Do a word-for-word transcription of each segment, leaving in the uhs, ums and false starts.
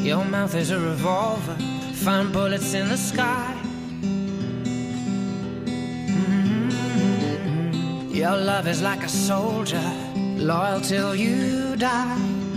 Your mouth is a revolver, find bullets in the sky. Mm-hmm. Your love is like a soldier, loyal till you die.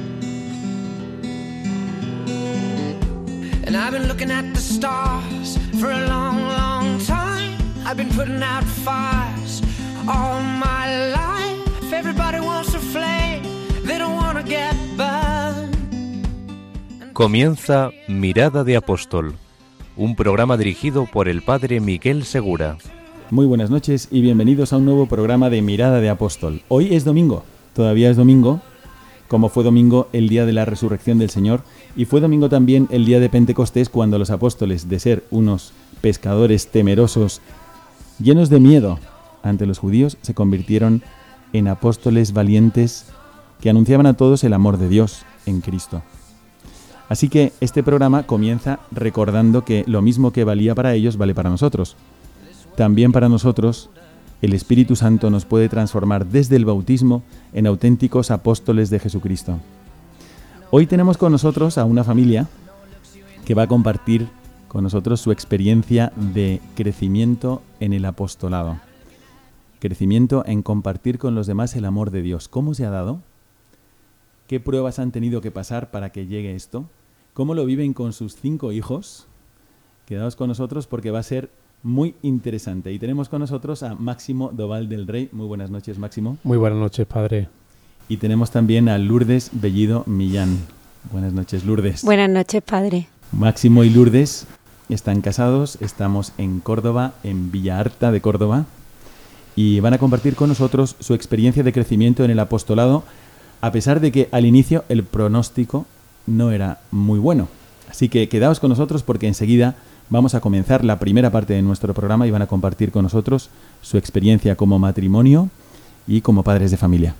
And I've been looking at the stars for a long, long time. I've been putting out fires all my life. Everybody wants a flame, they don't want to get burned. Comienza Mirada de Apóstol, un programa dirigido por el padre Miguel Segura. Muy buenas noches y bienvenidos a un nuevo programa de Mirada de Apóstol. Hoy es domingo, todavía es domingo, como fue domingo el día de la resurrección del Señor, y fue domingo también el día de Pentecostés, cuando los apóstoles, de ser unos pescadores temerosos, llenos de miedo ante los judíos, se convirtieron en apóstoles valientes que anunciaban a todos el amor de Dios en Cristo. Así que este programa comienza recordando que lo mismo que valía para ellos vale para nosotros. También para nosotros, el Espíritu Santo nos puede transformar desde el bautismo en auténticos apóstoles de Jesucristo. Hoy tenemos con nosotros a una familia que va a compartir con nosotros su experiencia de crecimiento en el apostolado. Crecimiento en compartir con los demás el amor de Dios. ¿Cómo se ha dado? ¿Qué pruebas han tenido que pasar para que llegue esto? ¿Cómo lo viven con sus cinco hijos? Quedaos con nosotros porque va a ser muy interesante. Y tenemos con nosotros a Máximo Doval del Rey. Muy buenas noches, Máximo. Muy buenas noches, padre. Y tenemos también a Lourdes Bellido Millán. Buenas noches, Lourdes. Buenas noches, padre. Máximo y Lourdes están casados. Estamos en Córdoba, en Villa Arta de Córdoba. Y van a compartir con nosotros su experiencia de crecimiento en el apostolado, a pesar de que al inicio el pronóstico no era muy bueno. Así que quedaos con nosotros porque enseguida vamos a comenzar la primera parte de nuestro programa y van a compartir con nosotros su experiencia como matrimonio y como padres de familia.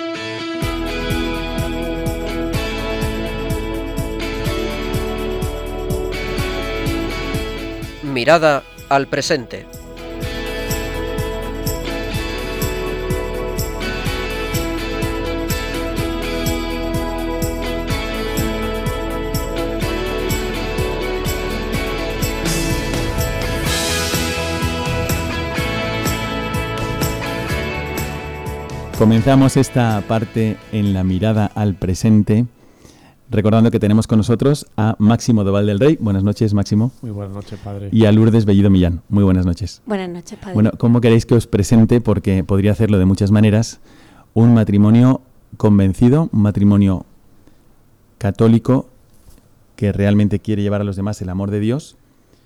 Mirada al presente. Comenzamos esta parte en la mirada al presente, recordando que tenemos con nosotros a Máximo Doval del Rey. Buenas noches, Máximo. Muy buenas noches, padre. Y a Lourdes Bellido Millán. Muy buenas noches. Buenas noches, padre. Bueno, ¿cómo queréis que os presente? Porque podría hacerlo de muchas maneras. Un matrimonio convencido, un matrimonio católico que realmente quiere llevar a los demás el amor de Dios,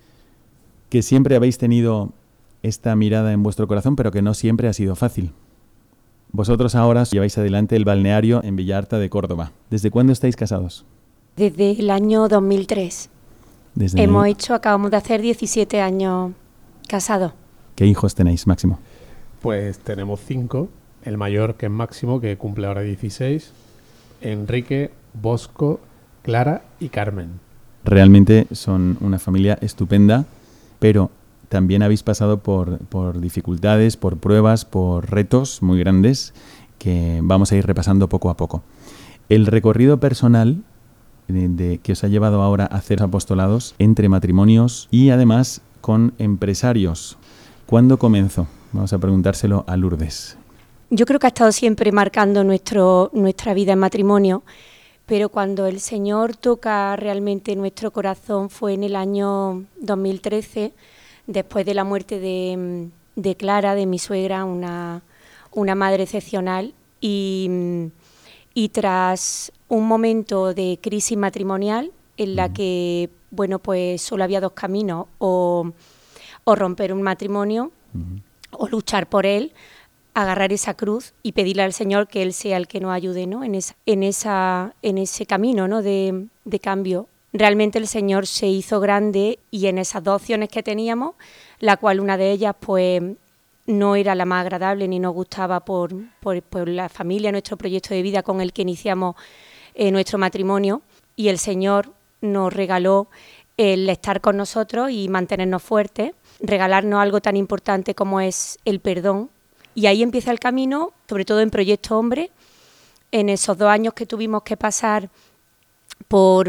que siempre habéis tenido esta mirada en vuestro corazón, pero que no siempre ha sido fácil. Vosotros ahora lleváis adelante el balneario en Villa Arta de Córdoba. ¿Desde cuándo estáis casados? Desde el año dos mil tres. Desde Hemos el... hecho, acabamos de hacer diecisiete años casados. ¿Qué hijos tenéis, Máximo? Pues tenemos cinco. El mayor, que es Máximo, que cumple ahora dieciséis. Enrique, Bosco, Clara y Carmen. Realmente son una familia estupenda, pero también habéis pasado por, por dificultades, por pruebas, por retos muy grandes que vamos a ir repasando poco a poco. El recorrido personal de, de, que os ha llevado ahora a hacer apostolados entre matrimonios y además con empresarios. ¿Cuándo comenzó? Vamos a preguntárselo a Lourdes. Yo creo que ha estado siempre marcando nuestro, nuestra vida en matrimonio, pero cuando el Señor toca realmente nuestro corazón fue en el año dos mil trece, después de la muerte de, de Clara, de mi suegra, una, una madre excepcional, y, y tras un momento de crisis matrimonial en la que, bueno, pues solo había dos caminos, o, o romper un matrimonio, uh-huh. o luchar por él, agarrar esa cruz y pedirle al Señor que Él sea el que nos ayude, ¿no?, en, esa, en, esa, en ese camino, ¿no?, de, de cambio. Realmente el Señor se hizo grande y en esas dos opciones que teníamos, la cual una de ellas pues no era la más agradable ni nos gustaba por, por, por la familia, nuestro proyecto de vida con el que iniciamos eh, nuestro matrimonio, y el Señor nos regaló el estar con nosotros y mantenernos fuertes, regalarnos algo tan importante como es el perdón. Y ahí empieza el camino, sobre todo en Proyecto Hombre, en esos dos años que tuvimos que pasar por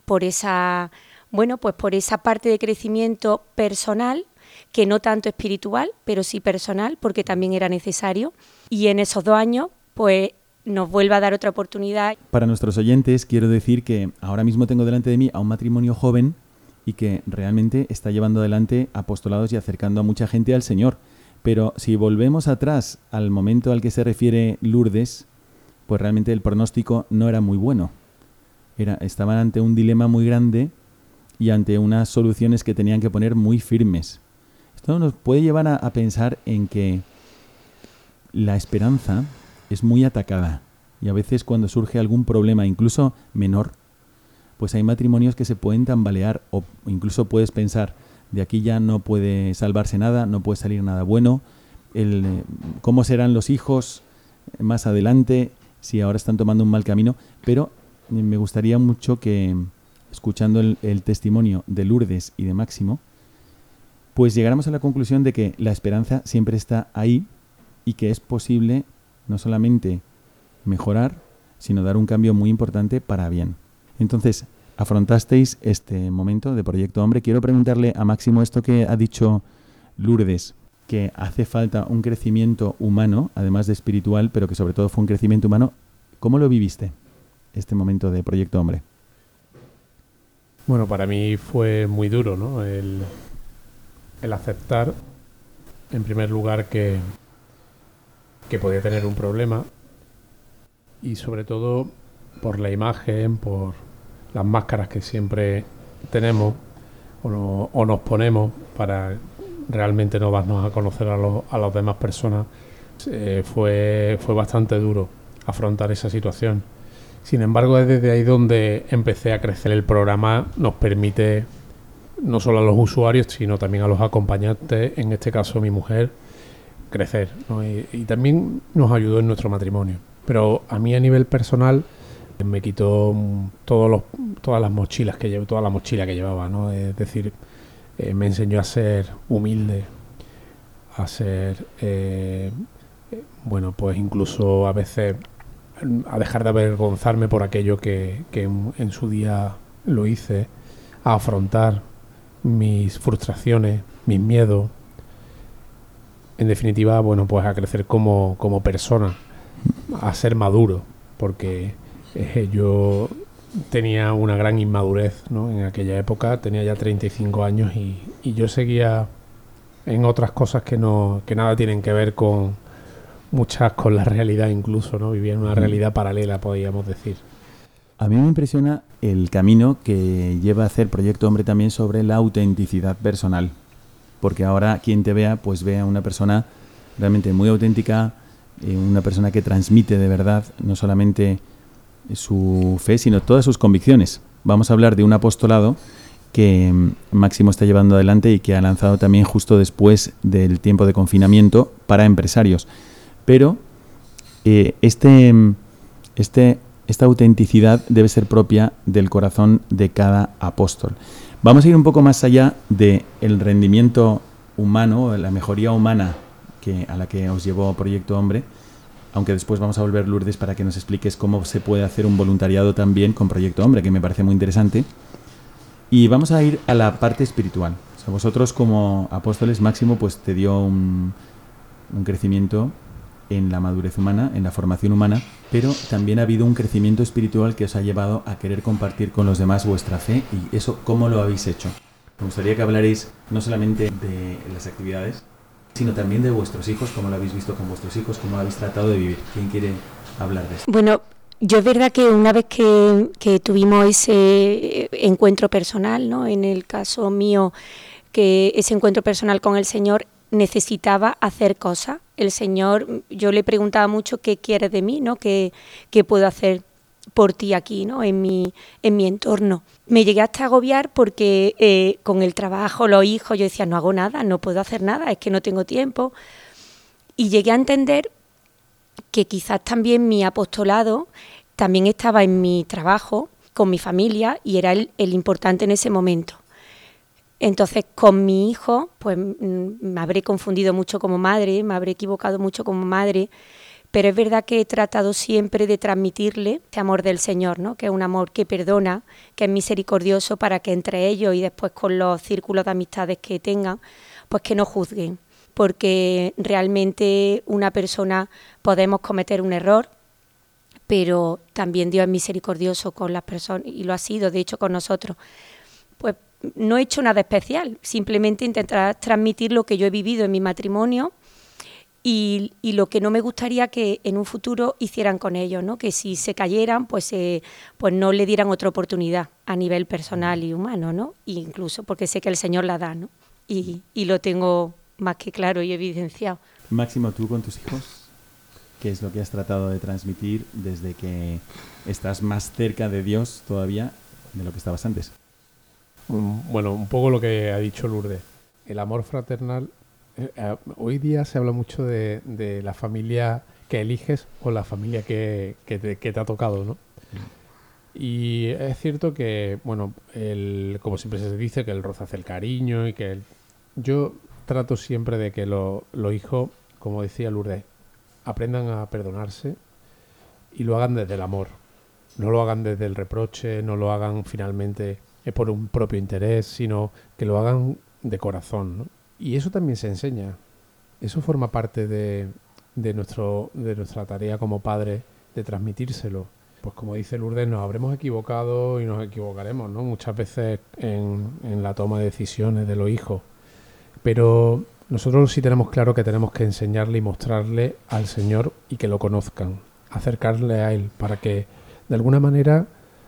por esa, bueno, pues por esa parte de crecimiento personal, que no tanto espiritual, pero sí personal, porque también era necesario. Y en esos dos años, pues nos vuelve a dar otra oportunidad. Para nuestros oyentes, quiero decir que ahora mismo tengo delante de mí a un matrimonio joven y que realmente está llevando adelante apostolados y acercando a mucha gente al Señor. Pero si volvemos atrás al momento al que se refiere Lourdes, pues realmente el pronóstico no era muy bueno. Era, estaban ante un dilema muy grande y ante unas soluciones que tenían que poner muy firmes. Esto nos puede llevar a, a pensar en que la esperanza es muy atacada y a veces cuando surge algún problema, incluso menor, pues hay matrimonios que se pueden tambalear o incluso puedes pensar, de aquí ya no puede salvarse nada, no puede salir nada bueno, el, cómo serán los hijos más adelante si ahora están tomando un mal camino. Pero me gustaría mucho que, escuchando el, el testimonio de Lourdes y de Máximo, pues llegáramos a la conclusión de que la esperanza siempre está ahí y que es posible no solamente mejorar, sino dar un cambio muy importante para bien. Entonces, afrontasteis este momento de Proyecto Hombre. Quiero preguntarle a Máximo esto que ha dicho Lourdes, que hace falta un crecimiento humano, además de espiritual, pero que sobre todo fue un crecimiento humano. ¿Cómo lo viviste, este momento de Proyecto Hombre? Bueno, para mí fue muy duro, ¿no? El, el aceptar, en primer lugar, que, que podía tener un problema y sobre todo por la imagen, por las máscaras que siempre tenemos o, no, o nos ponemos para realmente no darnos a conocer a, los, a las demás personas. Eh, fue, fue bastante duro afrontar esa situación. Sin embargo, es desde ahí donde empecé a crecer. El programa nos permite, no solo a los usuarios, sino también a los acompañantes, en este caso mi mujer, crecer, ¿no? Y, y también nos ayudó en nuestro matrimonio. Pero a mí a nivel personal me quitó todos los, todas las mochilas que llevo, toda la mochila que llevaba, ¿no? Es decir, eh, me enseñó a ser humilde, a ser, eh, bueno, pues incluso a veces a dejar de avergonzarme por aquello que, que en, en su día lo hice, a afrontar mis frustraciones, mis miedos, en definitiva, bueno, pues a crecer como, como persona, a ser maduro, porque eh, yo tenía una gran inmadurez, ¿no? En aquella época tenía ya treinta y cinco años y, y yo seguía en otras cosas que no que nada tienen que ver con muchas con la realidad, incluso, ¿no? Vivía en una realidad paralela, podríamos decir. A mí me impresiona el camino que lleva a hacer Proyecto Hombre también sobre la autenticidad personal, porque ahora quien te vea, pues ve a una persona realmente muy auténtica, eh, una persona que transmite de verdad no solamente su fe, sino todas sus convicciones. Vamos a hablar de un apostolado que Máximo está llevando adelante y que ha lanzado también justo después del tiempo de confinamiento para empresarios. Pero eh, este, este, esta autenticidad debe ser propia del corazón de cada apóstol. Vamos a ir un poco más allá del rendimiento humano, la mejoría humana que, a la que os llevó Proyecto Hombre, aunque después vamos a volver, Lourdes, para que nos expliques cómo se puede hacer un voluntariado también con Proyecto Hombre, que me parece muy interesante. Y vamos a ir a la parte espiritual. O sea, vosotros como apóstoles, Máximo, pues te dio un, un crecimiento en la madurez humana, en la formación humana, pero también ha habido un crecimiento espiritual que os ha llevado a querer compartir con los demás vuestra fe. ¿Y eso cómo lo habéis hecho? Me gustaría que hablaréis no solamente de las actividades, sino también de vuestros hijos, cómo lo habéis visto con vuestros hijos, cómo lo habéis tratado de vivir. ¿Quién quiere hablar de esto? Bueno, yo es verdad que una vez que, que tuvimos ese encuentro personal, ¿no? En el caso mío, que ese encuentro personal con el Señor, necesitaba hacer cosas. El Señor, yo le preguntaba mucho qué quieres de mí, ¿no? ¿Qué, qué puedo hacer por ti aquí, ¿no? En mi, en mi entorno. Me llegué hasta a agobiar porque eh, con el trabajo, los hijos, yo decía, no hago nada, no puedo hacer nada, es que no tengo tiempo. Y llegué a entender que quizás también mi apostolado también estaba en mi trabajo, con mi familia, y era el, el importante en ese momento. Entonces, con mi hijo, pues me habré confundido mucho como madre, me habré equivocado mucho como madre, Pero es verdad que he tratado siempre de transmitirle este amor del Señor, ¿no? Que es un amor que perdona, que es misericordioso, para que entre ellos y después con los círculos de amistades que tengan, pues que no juzguen. Porque realmente una persona podemos cometer un error, pero también Dios es misericordioso con las personas, y lo ha sido, de hecho, con nosotros. Pues no he hecho nada especial, simplemente intentar transmitir lo que yo he vivido en mi matrimonio y, y lo que no me gustaría que en un futuro hicieran con ellos, ¿no? Que si se cayeran, pues, eh, pues no le dieran otra oportunidad a nivel personal y humano, ¿no? E incluso porque sé que el Señor la da, ¿no? Y, y lo tengo más que claro y evidenciado. Máximo, ¿tú con tus hijos qué es lo que has tratado de transmitir desde que estás más cerca de Dios todavía de lo que estabas antes? Bueno, un poco lo que ha dicho Lourdes. El amor fraternal, eh, eh, hoy día se habla mucho de, de la familia que eliges o la familia que, que, te, que te ha tocado, ¿no? Mm. Y es cierto que, bueno, el, como siempre se dice, que el roce hace el cariño y que el, yo trato siempre de que lo, los hijos, como decía Lourdes, aprendan a perdonarse y lo hagan desde el amor. No lo hagan desde el reproche, no lo hagan finalmente por un propio interés, sino que lo hagan de corazón, ¿no? Y eso también se enseña. Eso forma parte de, de, nuestro, de nuestra tarea como padres, de transmitírselo. Pues como dice Lourdes, nos habremos equivocado y nos equivocaremos, ¿no? Muchas veces en, en la toma de decisiones de los hijos. Pero nosotros sí tenemos claro que tenemos que enseñarle y mostrarle al Señor y que lo conozcan, acercarle a Él, para que de alguna manera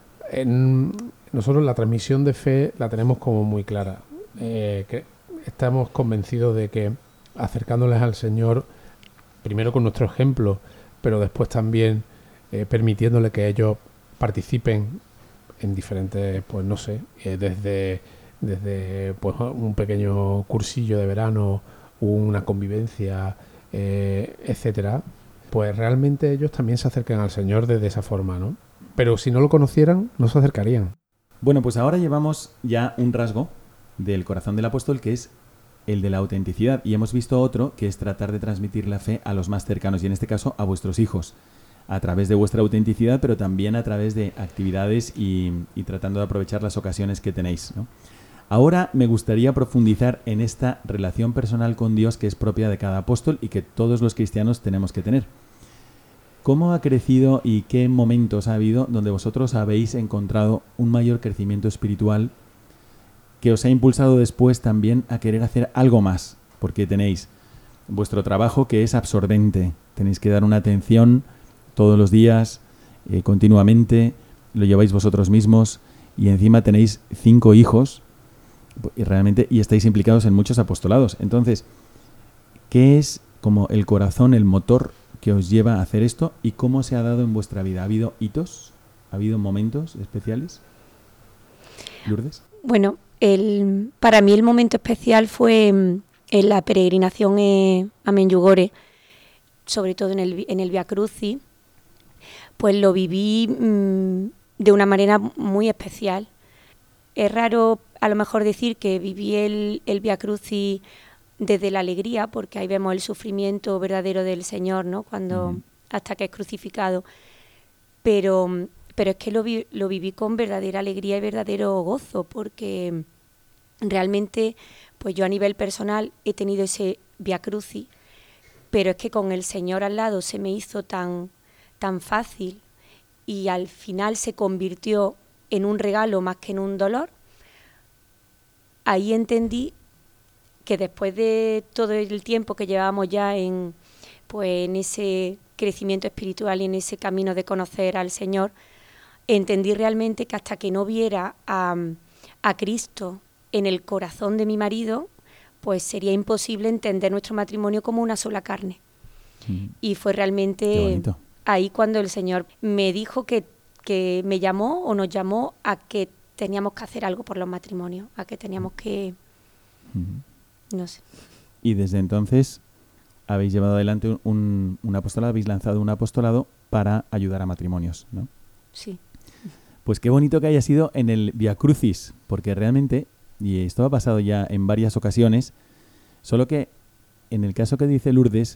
en, nosotros la transmisión de fe la tenemos como muy clara. Eh, que estamos convencidos de que acercándoles al Señor, primero con nuestro ejemplo, pero después también eh, permitiéndole que ellos participen en diferentes, pues no sé, eh, desde... desde pues un pequeño cursillo de verano, una convivencia, eh, etcétera, pues realmente ellos también se acercan al Señor desde esa forma, ¿no? Pero si no lo conocieran, no se acercarían. Bueno, pues ahora llevamos ya un rasgo del corazón del apóstol, que es el de la autenticidad, y hemos visto otro, que es tratar de transmitir la fe a los más cercanos, y en este caso a vuestros hijos, a través de vuestra autenticidad, pero también a través de actividades y, y tratando de aprovechar las ocasiones que tenéis, ¿no? Ahora me gustaría profundizar en esta relación personal con Dios que es propia de cada apóstol y que todos los cristianos tenemos que tener. ¿Cómo ha crecido y qué momentos ha habido donde vosotros habéis encontrado un mayor crecimiento espiritual que os ha impulsado después también a querer hacer algo más? Porque tenéis vuestro trabajo que es absorbente, tenéis que dar una atención todos los días, eh, continuamente, lo lleváis vosotros mismos y encima tenéis cinco hijos y realmente y estáis implicados en muchos apostolados. Entonces, ¿qué es como el corazón, el motor que os lleva a hacer esto y cómo se ha dado en vuestra vida? ¿Ha habido hitos? ¿Ha habido momentos especiales? ¿Lourdes? Bueno, el, para mí el momento especial fue en la peregrinación eh, a Medjugorje, sobre todo en el, en el Via Crucis. Pues lo viví mmm, de una manera muy especial. Es raro a lo mejor decir que viví el, el Via Crucis desde la alegría, porque ahí vemos el sufrimiento verdadero del Señor, ¿no? Cuando uh-huh. hasta que es crucificado. Pero, pero es que lo, vi, lo viví con verdadera alegría y verdadero gozo, porque realmente, pues yo a nivel personal he tenido ese Via Crucis, pero es que con el Señor al lado se me hizo tan, tan fácil y al final se convirtió en un regalo más que en un dolor. Ahí entendí que después de todo el tiempo que llevábamos ya en, pues, en ese crecimiento espiritual y en ese camino de conocer al Señor, entendí realmente que hasta que no viera a, a Cristo en el corazón de mi marido, pues sería imposible entender nuestro matrimonio como una sola carne. Mm. Y fue realmente ahí cuando el Señor me dijo que, que me llamó o nos llamó a que teníamos que hacer algo por los matrimonios, a que teníamos que... Mm. No sé. Y desde entonces habéis llevado adelante un, un apostolado, habéis lanzado un apostolado para ayudar a matrimonios, ¿no? Sí. Pues qué bonito que haya sido en el Via Crucis, porque realmente, y esto ha pasado ya en varias ocasiones, solo que en el caso que dice Lourdes,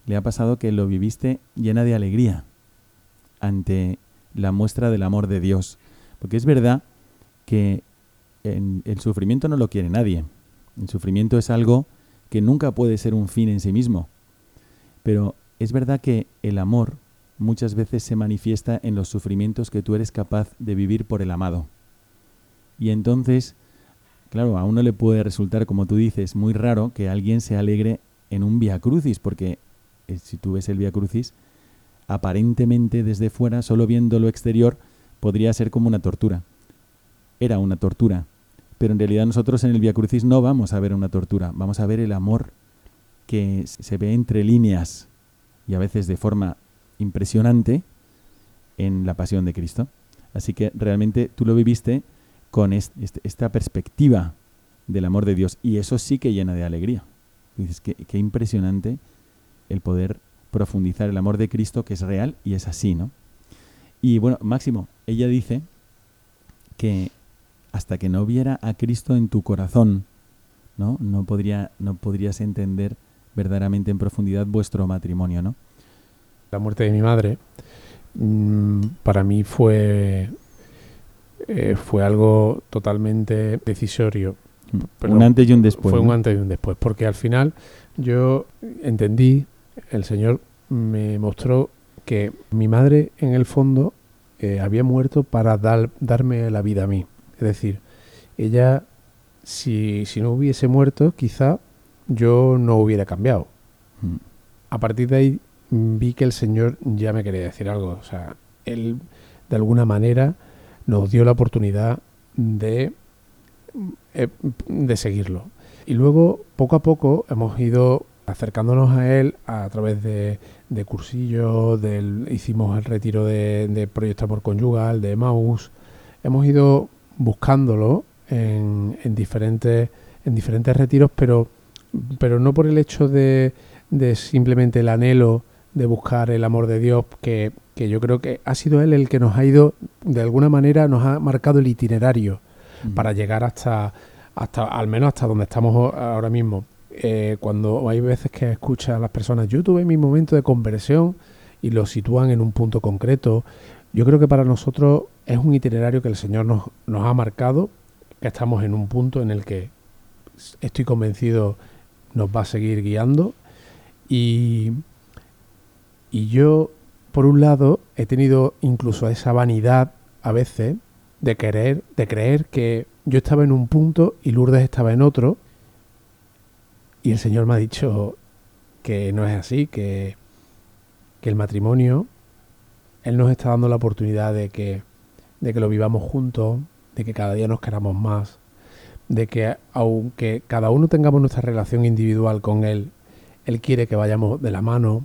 le ha pasado que lo viviste llena de alegría ante la muestra del amor de Dios. Porque es verdad que en, el sufrimiento no lo quiere nadie. El sufrimiento es algo que nunca puede ser un fin en sí mismo. Pero es verdad que el amor muchas veces se manifiesta en los sufrimientos que tú eres capaz de vivir por el amado. Y entonces, claro, a uno le puede resultar, como tú dices, muy raro que alguien se alegre en un Vía Crucis, porque eh, si tú ves el Vía Crucis, aparentemente desde fuera, solo viendo lo exterior, podría ser como una tortura. Era una tortura, pero en realidad nosotros en el Vía Crucis no vamos a ver una tortura, vamos a ver el amor que se ve entre líneas y a veces de forma impresionante en la pasión de Cristo. Así que realmente tú lo viviste con este, este, esta perspectiva del amor de Dios, y eso sí que llena de alegría. Dices, qué, qué impresionante el poder profundizar el amor de Cristo, que es real y es así, ¿no? Y bueno, Máximo, ella dice que hasta que no viera a Cristo en tu corazón, ¿no? No podría, no podrías entender verdaderamente en profundidad vuestro matrimonio, ¿no? La muerte de mi madre mmm, para mí fue eh, fue algo totalmente decisorio. Perdón, un antes y un después. Fue ¿no? un antes y un después, porque al final yo entendí, el Señor me mostró que mi madre en el fondo eh, había muerto para dar, darme la vida a mí. Es decir, ella, si, si no hubiese muerto, quizá yo no hubiera cambiado. Mm. A partir de ahí vi que el Señor ya me quería decir algo. O sea, Él de alguna manera nos dio la oportunidad de, de seguirlo. Y luego, poco a poco, hemos ido acercándonos a Él a través de, de cursillos, del, hicimos el retiro de, de Proyecto Amor Conyugal, de Emmaus. Hemos ido buscándolo en, en, diferentes, en diferentes retiros, pero, pero no por el hecho de, de simplemente el anhelo de buscar el amor de Dios, que, que yo creo que ha sido Él el que nos ha ido, de alguna manera, nos ha marcado el itinerario uh-huh. para llegar hasta, hasta, al menos hasta donde estamos ahora mismo. Eh, cuando hay veces que escuchas a las personas, yo tuve mi momento de conversión y lo sitúan en un punto concreto. Yo creo que para nosotros es un itinerario que el Señor nos, nos ha marcado, que estamos en un punto en el que estoy convencido nos va a seguir guiando. Y, y yo, por un lado, he tenido incluso esa vanidad a veces de querer, de creer que yo estaba en un punto y Lourdes estaba en otro. Y el Señor me ha dicho que no es así, que, que el matrimonio, Él nos está dando la oportunidad de que, de que lo vivamos juntos, de que cada día nos queramos más, de que aunque cada uno tengamos nuestra relación individual con Él, Él quiere que vayamos de la mano.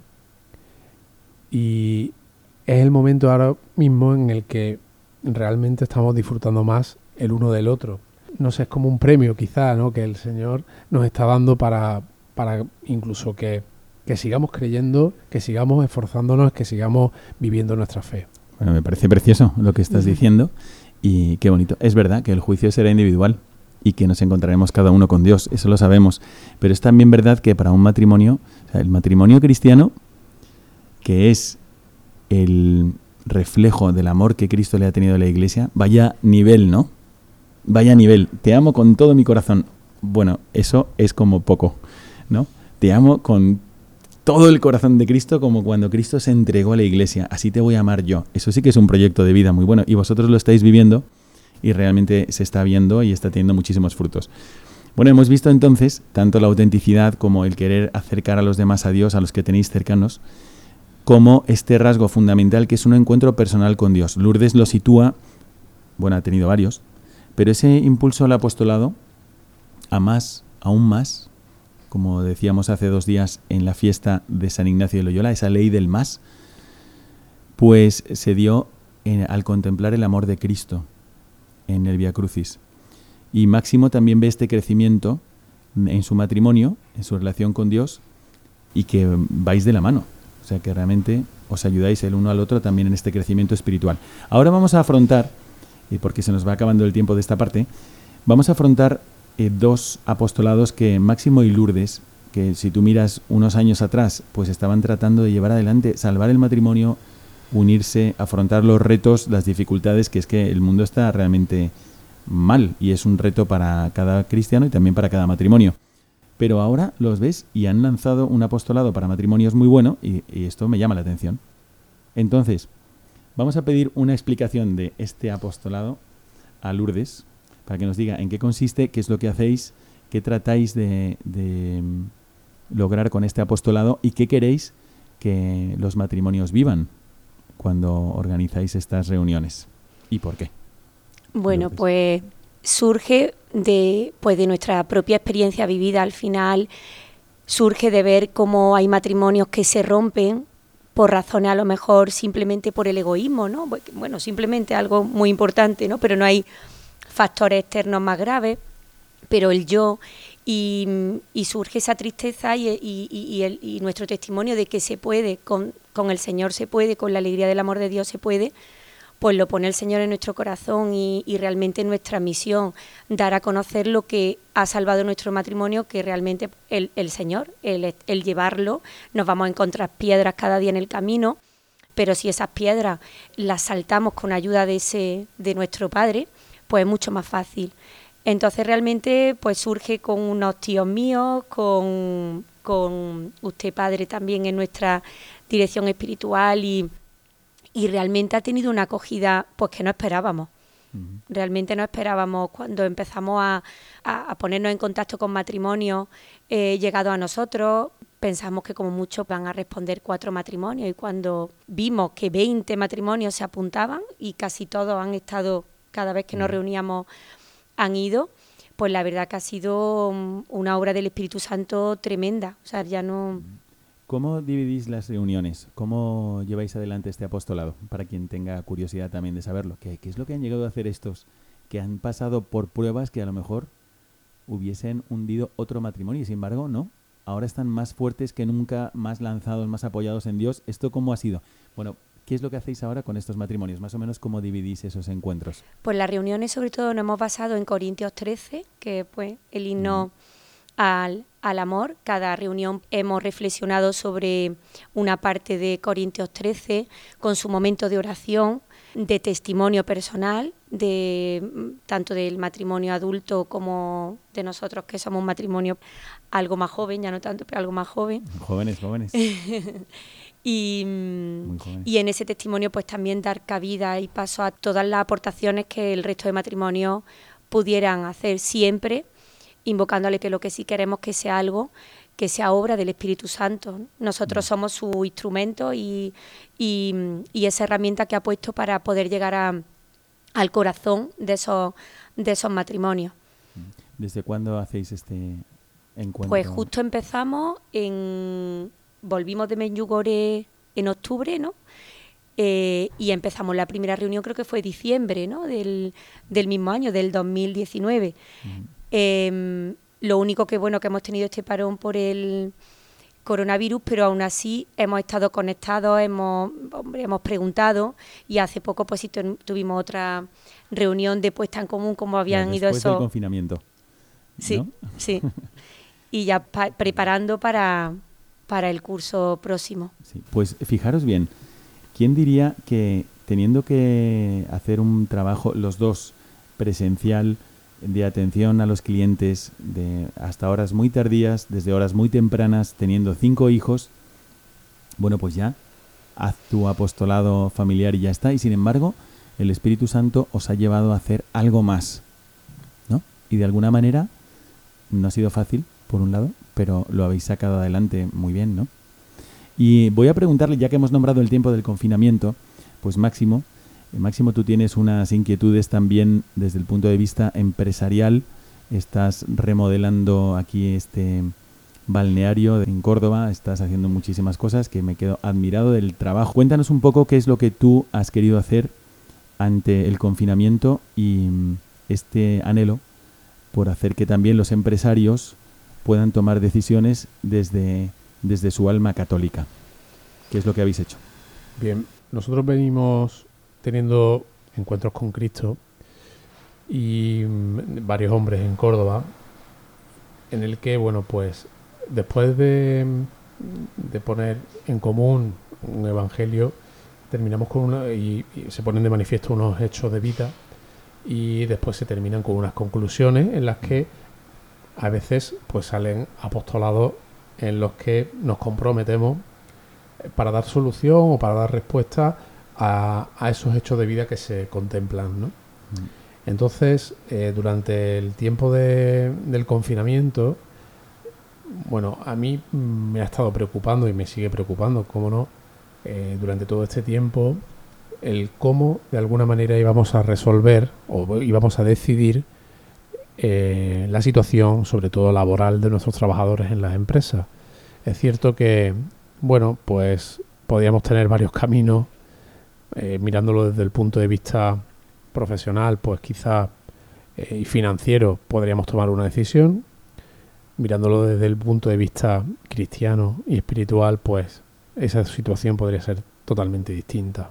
Y es el momento ahora mismo en el que realmente estamos disfrutando más el uno del otro. No sé, es como un premio quizá, ¿no?, que el Señor nos está dando para, para incluso que, que sigamos creyendo, que sigamos esforzándonos, que sigamos viviendo nuestra fe. Bueno, me parece precioso lo que estás uh-huh. diciendo y qué bonito. Es verdad que el juicio será individual y que nos encontraremos cada uno con Dios, eso lo sabemos. Pero es también verdad que para un matrimonio, o sea, el matrimonio cristiano, que es el reflejo del amor que Cristo le ha tenido a la Iglesia, vaya nivel, ¿no? Vaya nivel, te amo con todo mi corazón. Bueno, eso es como poco, ¿no? Te amo con todo el corazón de Cristo, como cuando Cristo se entregó a la Iglesia. Así te voy a amar yo. Eso sí que es un proyecto de vida muy bueno. Y vosotros lo estáis viviendo y realmente se está viendo y está teniendo muchísimos frutos. Bueno, hemos visto entonces tanto la autenticidad como el querer acercar a los demás a Dios, a los que tenéis cercanos, como este rasgo fundamental que es un encuentro personal con Dios. Lourdes lo sitúa, bueno, ha tenido varios, pero ese impulso al apostolado, a más, aún más, como decíamos hace dos días en la fiesta de San Ignacio de Loyola, esa ley del más, pues se dio en, al contemplar el amor de Cristo en el Vía Crucis. Y Máximo también ve este crecimiento en su matrimonio, en su relación con Dios, y que vais de la mano. O sea, que realmente os ayudáis el uno al otro también en este crecimiento espiritual. Ahora vamos a afrontar, y porque se nos va acabando el tiempo de esta parte, vamos a afrontar eh, dos apostolados que Máximo y Lourdes que si tú miras unos años atrás, pues estaban tratando de llevar adelante, salvar el matrimonio, unirse, afrontar los retos, las dificultades, que es que el mundo está realmente mal y es un reto para cada cristiano y también para cada matrimonio. Pero ahora los ves y han lanzado un apostolado para matrimonios muy bueno y, y esto me llama la atención. Entonces, vamos a pedir una explicación de este apostolado a Lourdes para que nos diga en qué consiste, qué es lo que hacéis, qué tratáis de, de lograr con este apostolado y qué queréis que los matrimonios vivan cuando organizáis estas reuniones y por qué. Bueno, Lourdes. pues surge de, pues de nuestra propia experiencia vivida. Al final surge de ver cómo hay matrimonios que se rompen por razones a lo mejor simplemente por el egoísmo, ¿no? Bueno, simplemente algo muy importante, ¿no? Pero no hay factores externos más graves, pero el yo, y, y surge esa tristeza y, y, y, el, y nuestro testimonio de que se puede, con, con el Señor se puede, con la alegría del amor de Dios se puede, pues lo pone el Señor en nuestro corazón y, y realmente nuestra misión, dar a conocer lo que ha salvado nuestro matrimonio, que realmente el, el Señor, el, el llevarlo, nos vamos a encontrar piedras cada día en el camino, pero si esas piedras las saltamos con ayuda de, ese, de nuestro Padre, pues es mucho más fácil. Entonces realmente pues surge con unos tíos míos, con, con usted Padre también en nuestra dirección espiritual y... y realmente ha tenido una acogida pues que no esperábamos. Uh-huh. Realmente no esperábamos cuando empezamos a, a, a ponernos en contacto con matrimonios eh, llegados a nosotros. Pensamos que como mucho van a responder cuatro matrimonios y cuando vimos que veinte matrimonios se apuntaban y casi todos han estado, cada vez que nos reuníamos, han ido, pues la verdad que ha sido una obra del Espíritu Santo tremenda. O sea, ya no... ¿Cómo dividís las reuniones? ¿Cómo lleváis adelante este apostolado? Para quien tenga curiosidad también de saberlo. ¿Qué, qué es lo que han llegado a hacer estos que han pasado por pruebas que a lo mejor hubiesen hundido otro matrimonio? Y sin embargo, no. Ahora están más fuertes que nunca, más lanzados, más apoyados en Dios. ¿Esto cómo ha sido? Bueno, ¿qué es lo que hacéis ahora con estos matrimonios? Más o menos, ¿cómo dividís esos encuentros? Pues las reuniones sobre todo nos hemos basado en Corintios trece, que pues el himno... Mm. Al, al amor. Cada reunión hemos reflexionado sobre una parte de Corintios trece con su momento de oración, de testimonio personal, de tanto del matrimonio adulto como de nosotros que somos un matrimonio algo más joven, ya no tanto, pero algo más joven. Jóvenes, jóvenes. y, Muy jóvenes. Y en ese testimonio pues también dar cabida y paso a todas las aportaciones que el resto de matrimonios pudieran hacer, siempre invocándole que lo que sí queremos que sea algo, que sea obra del Espíritu Santo. Nosotros mm. somos su instrumento y, y, y esa herramienta que ha puesto para poder llegar a, al corazón de esos, de esos matrimonios. ¿Desde cuándo hacéis este encuentro? Pues justo empezamos, en volvimos de Medjugorje en octubre, ¿no? Eh, y empezamos la primera reunión, creo que fue diciembre, ¿no? Del, del mismo año, del dos mil diecinueve. Mm. Eh, lo único que bueno que hemos tenido este parón por el coronavirus, pero aún así hemos estado conectados, hemos, hombre, hemos preguntado y hace poco pues sí tuvimos otra reunión de puesta en común como habían ido esos... Después del confinamiento, Sí, ¿no? sí. Y ya pa- preparando para, para el curso próximo. Sí. Pues fijaros bien, ¿quién diría que teniendo que hacer un trabajo los dos presencial, de atención a los clientes de hasta horas muy tardías, desde horas muy tempranas, teniendo cinco hijos, bueno, pues ya haz tu apostolado familiar y ya está, y sin embargo el Espíritu Santo os ha llevado a hacer algo más, ¿no? Y de alguna manera no ha sido fácil, por un lado, pero lo habéis sacado adelante muy bien, ¿no? Y voy a preguntarle, ya que hemos nombrado el tiempo del confinamiento, pues Máximo, Máximo, tú tienes unas inquietudes también desde el punto de vista empresarial. Estás remodelando aquí este balneario en Córdoba, estás haciendo muchísimas cosas que me quedo admirado del trabajo. Cuéntanos un poco qué es lo que tú has querido hacer ante el confinamiento y este anhelo por hacer que también los empresarios puedan tomar decisiones desde, desde su alma católica. ¿Qué es lo que habéis hecho? Bien, nosotros venimos teniendo encuentros con Cristo y mmm, varios hombres en Córdoba, en el que, bueno, pues después de, de poner en común un evangelio, terminamos con una y, y se ponen de manifiesto unos hechos de vida y después se terminan con unas conclusiones en las que a veces pues salen apostolados en los que nos comprometemos para dar solución o para dar respuesta a, a esos hechos de vida que se contemplan, ¿no? Mm. Entonces, eh, durante el tiempo de, del confinamiento, bueno, a mí me ha estado preocupando y me sigue preocupando, cómo no, eh, durante todo este tiempo, el cómo de alguna manera íbamos a resolver o íbamos a decidir eh, la situación, sobre todo laboral, de nuestros trabajadores en las empresas. Es cierto que, bueno, pues podíamos tener varios caminos, eh, mirándolo desde el punto de vista profesional, pues quizá eh, y financiero podríamos tomar una decisión. Mirándolo desde el punto de vista cristiano y espiritual, pues esa situación podría ser totalmente distinta.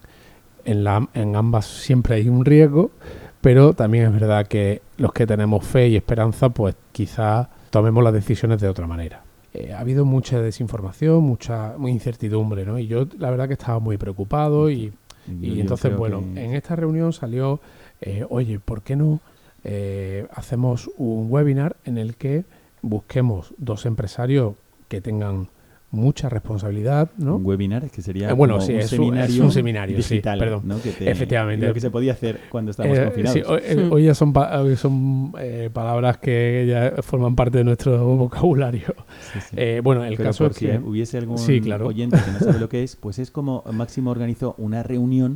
En, la, en ambas siempre hay un riesgo, pero también es verdad que los que tenemos fe y esperanza, pues quizá tomemos las decisiones de otra manera. Eh, ha habido mucha desinformación, mucha muy incertidumbre, ¿no? Y yo la verdad que estaba muy preocupado y, y entonces, bueno, que... en esta reunión salió, eh, oye, ¿por qué no eh, hacemos un webinar en el que busquemos dos empresarios que tengan mucha responsabilidad, ¿no? Un webinar, que sería eh, bueno, como sí, un, es seminario un, es un seminario digital, sí, perdón. ¿no? Que te, efectivamente. Lo que se podía hacer cuando estábamos eh, confinados. Sí, hoy, eh, hoy ya son, pa- son eh, palabras que ya forman parte de nuestro vocabulario. Sí, sí. Eh, bueno, el Pero caso por es si que... hubiese algún sí, claro. oyente que no sabe lo que es, pues es como Máximo organizó una reunión,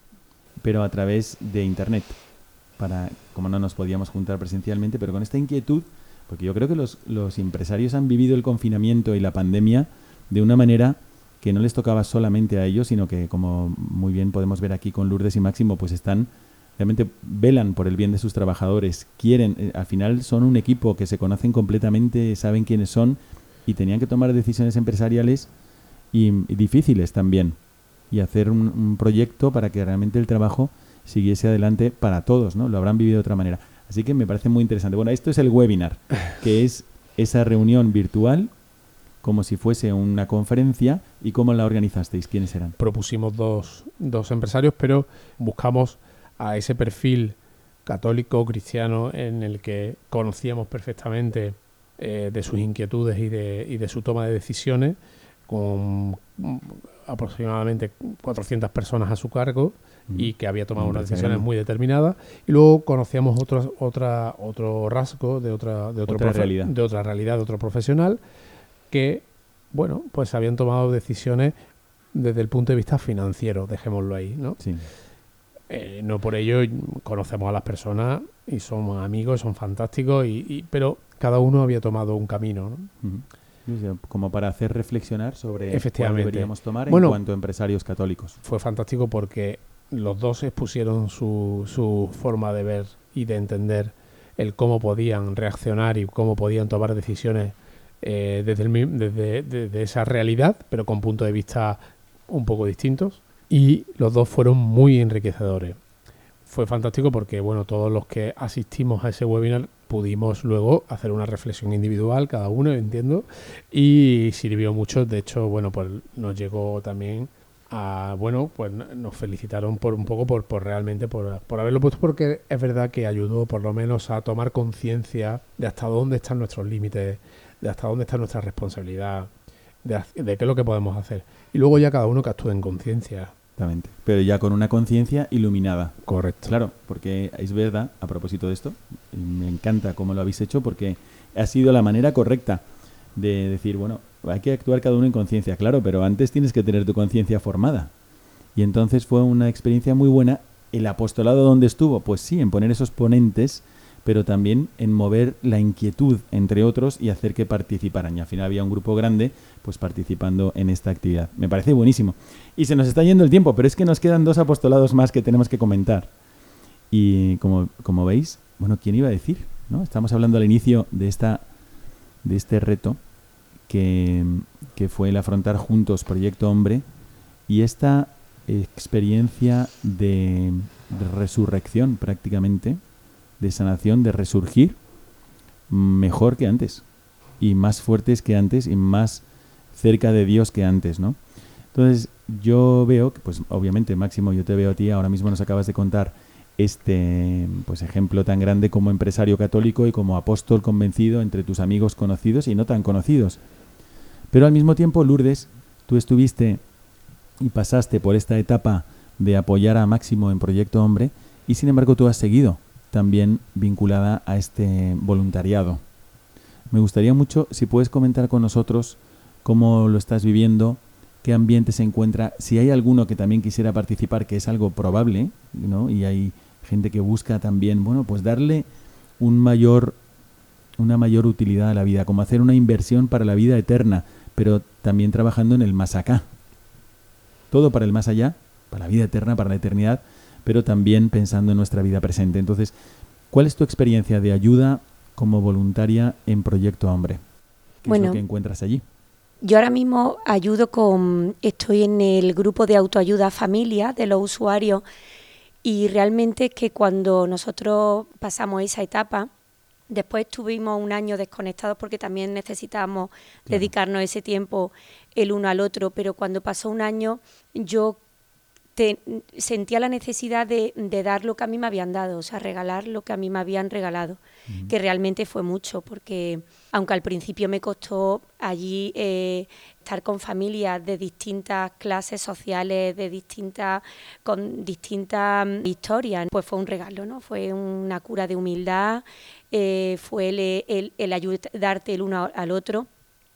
pero a través de Internet, para como no nos podíamos juntar presencialmente, pero con esta inquietud, porque yo creo que los, los empresarios han vivido el confinamiento y la pandemia de una manera que no les tocaba solamente a ellos, sino que, como muy bien podemos ver aquí con Lourdes y Máximo, pues están, realmente velan por el bien de sus trabajadores, quieren, eh, al final son un equipo que se conocen completamente, saben quiénes son y tenían que tomar decisiones empresariales y, y difíciles también, y hacer un, un proyecto para que realmente el trabajo siguiese adelante para todos, ¿no? Lo habrán vivido de otra manera. Así que me parece muy interesante. Bueno, esto es el webinar, que es esa reunión virtual, como si fuese una conferencia. ¿Y cómo la organizasteis? ¿Quiénes eran? Propusimos dos, dos empresarios, pero buscamos a ese perfil católico, cristiano, en el que conocíamos perfectamente eh, de sus inquietudes y de, y de su toma de decisiones, con aproximadamente cuatrocientas personas a su cargo mm. y que había tomado unas decisiones muy determinadas. Y luego conocíamos otro, otra, otro rasgo de otra, de, otro otra profe- realidad. de otra realidad, de otro profesional, que, bueno, pues habían tomado decisiones desde el punto de vista financiero, dejémoslo ahí, ¿no? Sí. Eh, no por ello conocemos a las personas y somos amigos, son fantásticos, y, y pero cada uno había tomado un camino, ¿no? Uh-huh. Como para hacer reflexionar sobre Efectivamente. cuál deberíamos tomar bueno, en cuanto a empresarios católicos. Fue fantástico porque los dos expusieron su, su forma de ver y de entender el cómo podían reaccionar y cómo podían tomar decisiones eh, desde, el, desde, desde esa realidad, pero con puntos de vista un poco distintos. Y los dos fueron muy enriquecedores. Fue fantástico porque, bueno, todos los que asistimos a ese webinar pudimos luego hacer una reflexión individual, cada uno, entiendo, y sirvió mucho. De hecho, bueno, pues nos llegó también a, bueno, pues nos felicitaron por un poco por, por realmente por, por haberlo puesto, porque es verdad que ayudó por lo menos a tomar conciencia de hasta dónde están nuestros límites, de hasta dónde está nuestra responsabilidad, de, de qué es lo que podemos hacer. Y luego ya cada uno que actúe en conciencia. Exactamente. Pero ya con una conciencia iluminada. Correcto. Claro, porque es verdad, a propósito de esto, me encanta cómo lo habéis hecho, porque ha sido la manera correcta de decir, bueno, hay que actuar cada uno en conciencia, claro, pero antes tienes que tener tu conciencia formada. Y entonces fue una experiencia muy buena. ¿El apostolado dónde estuvo? Pues sí, en poner esos ponentes, pero también en mover la inquietud entre otros y hacer que participaran. Y al final había un grupo grande pues participando en esta actividad. Me parece buenísimo. Y se nos está yendo el tiempo, pero es que nos quedan dos apostolados más que tenemos que comentar. Y como, como veis, bueno, ¿quién iba a decir? ¿No? Estamos hablando al inicio de esta de este reto que, que fue el afrontar juntos Proyecto Hombre, y esta experiencia de, de resurrección prácticamente, de sanación, de resurgir mejor que antes. y más fuertes que antes y más cerca de Dios que antes, ¿no? Entonces yo veo que, pues obviamente, Máximo, yo te veo a ti, ahora mismo nos acabas de contar este pues ejemplo tan grande como empresario católico y como apóstol convencido entre tus amigos conocidos y no tan conocidos. Pero al mismo tiempo, Lourdes, tú estuviste y pasaste por esta etapa de apoyar a Máximo en Proyecto Hombre y sin embargo tú has seguido también vinculada a este voluntariado. Me gustaría mucho si puedes comentar con nosotros cómo lo estás viviendo, qué ambiente se encuentra, si hay alguno que también quisiera participar, que es algo probable, ¿no? Y hay gente que busca también, bueno, pues darle un mayor, una mayor utilidad a la vida, como hacer una inversión para la vida eterna, pero también trabajando en el más acá. Todo para el más allá, para la vida eterna, para la eternidad, pero también pensando en nuestra vida presente. Entonces, ¿cuál es tu experiencia de ayuda como voluntaria en Proyecto Hombre? ¿Qué bueno, es lo que encuentras allí? Yo ahora mismo ayudo con, estoy en el grupo de autoayuda familia de los usuarios y realmente es que cuando nosotros pasamos esa etapa, después estuvimos un año desconectados porque también necesitábamos claro. dedicarnos ese tiempo el uno al otro, pero cuando pasó un año yo te, sentía la necesidad de, de dar lo que a mí me habían dado, o sea, regalar lo que a mí me habían regalado, uh-huh. que realmente fue mucho, porque aunque al principio me costó allí eh, estar con familias de distintas clases sociales, de distintas, con distintas historias, pues fue un regalo, ¿no? Fue una cura de humildad, eh, fue el, el, el ayudarte el uno al otro.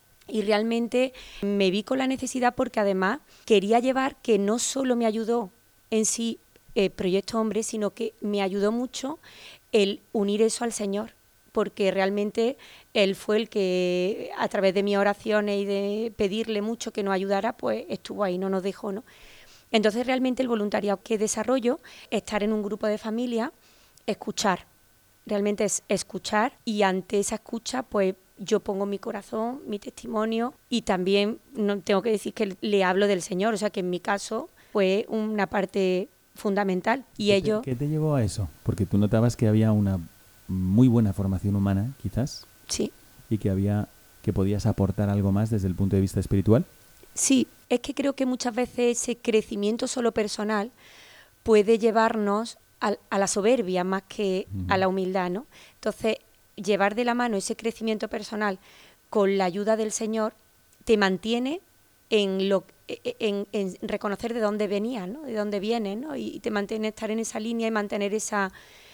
Y realmente me vi con la necesidad porque además quería llevar que no solo me ayudó en sí eh, Proyecto Hombre, sino que me ayudó mucho el unir eso al Señor, porque realmente Él fue el que a través de mis oraciones y de pedirle mucho que nos ayudara, pues estuvo ahí, no nos dejó, ¿no? Entonces realmente el voluntariado que desarrollo, estar en un grupo de familia, escuchar, realmente es escuchar y ante esa escucha pues yo pongo mi corazón, mi testimonio y también no tengo que decir que le hablo del Señor, o sea que en mi caso fue una parte fundamental. Y ¿Qué ellos... te, ¿Qué te llevó a eso? Porque tú notabas que había una muy buena formación humana, quizás. Sí. Y que había que podías aportar algo más desde el punto de vista espiritual. Sí, es que creo que muchas veces ese crecimiento solo personal puede llevarnos a, a la soberbia más que uh-huh. a la humildad, ¿no? Entonces, llevar de la mano ese crecimiento personal con la ayuda del Señor te mantiene en lo en, en reconocer de dónde venías, ¿no? De dónde vienes, ¿no? Y te mantiene estar en esa línea y mantener esa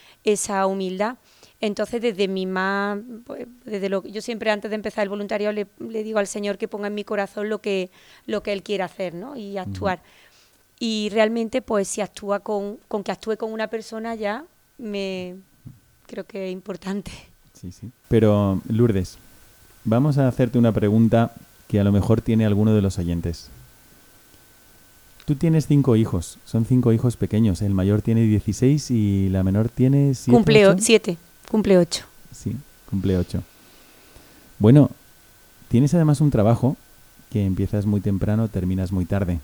esa humildad. Entonces, desde mi más pues, desde lo yo siempre antes de empezar el voluntariado le, le digo al Señor que ponga en mi corazón lo que lo que él quiere hacer, ¿no? Y actuar. Uh-huh. Y realmente pues si actúa con con que actúe con una persona ya me creo que es importante. Sí, sí. Pero, Lourdes, vamos a hacerte una pregunta que a lo mejor tiene alguno de los oyentes. Tú tienes cinco hijos, son cinco hijos pequeños. El mayor tiene dieciséis y la menor tiene siete. Cumple o- siete, cumple ocho. Sí, cumple ocho. Bueno, tienes además un trabajo que empiezas muy temprano, terminas muy tarde.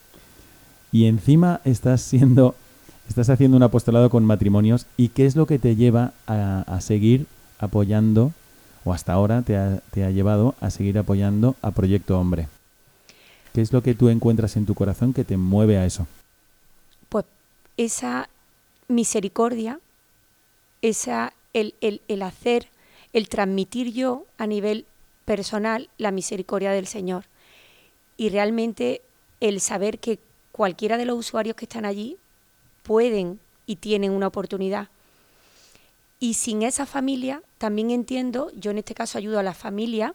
Y encima estás siendo, estás haciendo un apostolado con matrimonios. ¿Y qué es lo que te lleva a, a seguir apoyando, o hasta ahora te ha, te ha llevado a seguir apoyando a Proyecto Hombre? ¿Qué es lo que tú encuentras en tu corazón que te mueve a eso? Pues esa misericordia, esa el, el, el hacer, el transmitir yo a nivel personal la misericordia del Señor. Y realmente el saber que cualquiera de los usuarios que están allí pueden y tienen una oportunidad. Y sin esa familia, también entiendo, yo en este caso ayudo a la familia,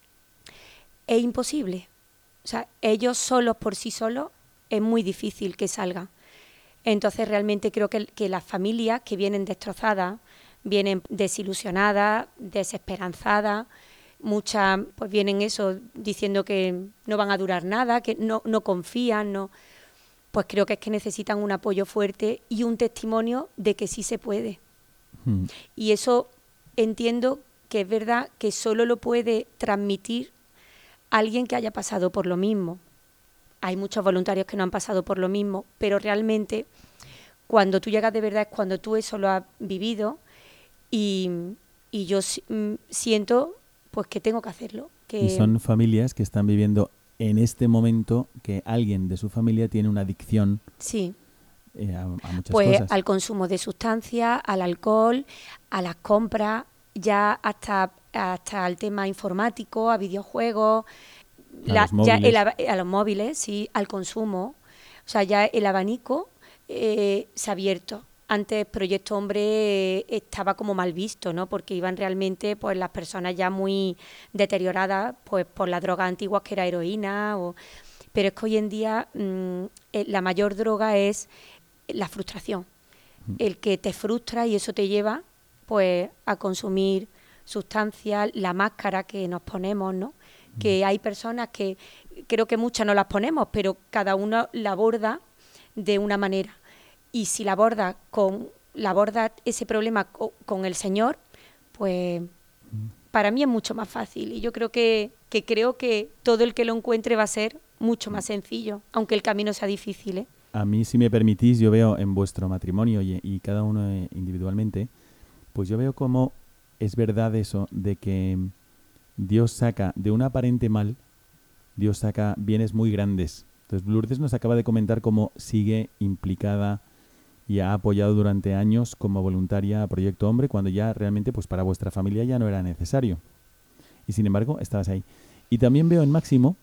es imposible. O sea, ellos solos por sí solos es muy difícil que salgan. Entonces realmente creo que, que las familias que vienen destrozadas, vienen desilusionadas, desesperanzadas, muchas pues vienen eso diciendo que no van a durar nada, que no, no confían, no, pues creo que es que necesitan un apoyo fuerte y un testimonio de que sí se puede. Mm. Y eso entiendo que es verdad que solo lo puede transmitir alguien que haya pasado por lo mismo. Hay muchos voluntarios que no han pasado por lo mismo, pero realmente cuando tú llegas de verdad es cuando tú eso lo has vivido y, y yo siento pues que tengo que hacerlo. Que... Y son familias que están viviendo en este momento que alguien de su familia tiene una adicción sí. eh, a, a muchas pues cosas. Al consumo de sustancias, al alcohol, a las compras, ya hasta, hasta el tema informático, a videojuegos, a, la, los móviles. Ya el, a los móviles, sí, al consumo. O sea, ya el abanico eh, se ha abierto. Antes Proyecto Hombre estaba como mal visto, ¿no? Porque iban realmente pues las personas ya muy deterioradas pues por las drogas antiguas que era heroína. O... Pero es que hoy en día mmm, la mayor droga es la frustración. El que te frustra y eso te lleva pues a consumir sustancias, la máscara que nos ponemos, ¿no? Que hay personas que, creo que muchas no las ponemos, pero cada uno la aborda de una manera. Y si la aborda con la aborda ese problema con, con el Señor, pues para mí es mucho más fácil. Y yo creo que, que creo que todo el que lo encuentre va a ser mucho más sencillo, aunque el camino sea difícil, ¿eh? A mí, si me permitís, yo veo en vuestro matrimonio y, y cada uno individualmente, pues yo veo cómo es verdad eso de que Dios saca de un aparente mal, Dios saca bienes muy grandes. Entonces Lourdes nos acaba de comentar cómo sigue implicada y ha apoyado durante años como voluntaria a Proyecto Hombre, cuando ya realmente pues para vuestra familia ya no era necesario. Y sin embargo, estabas ahí. Y también veo en Máximo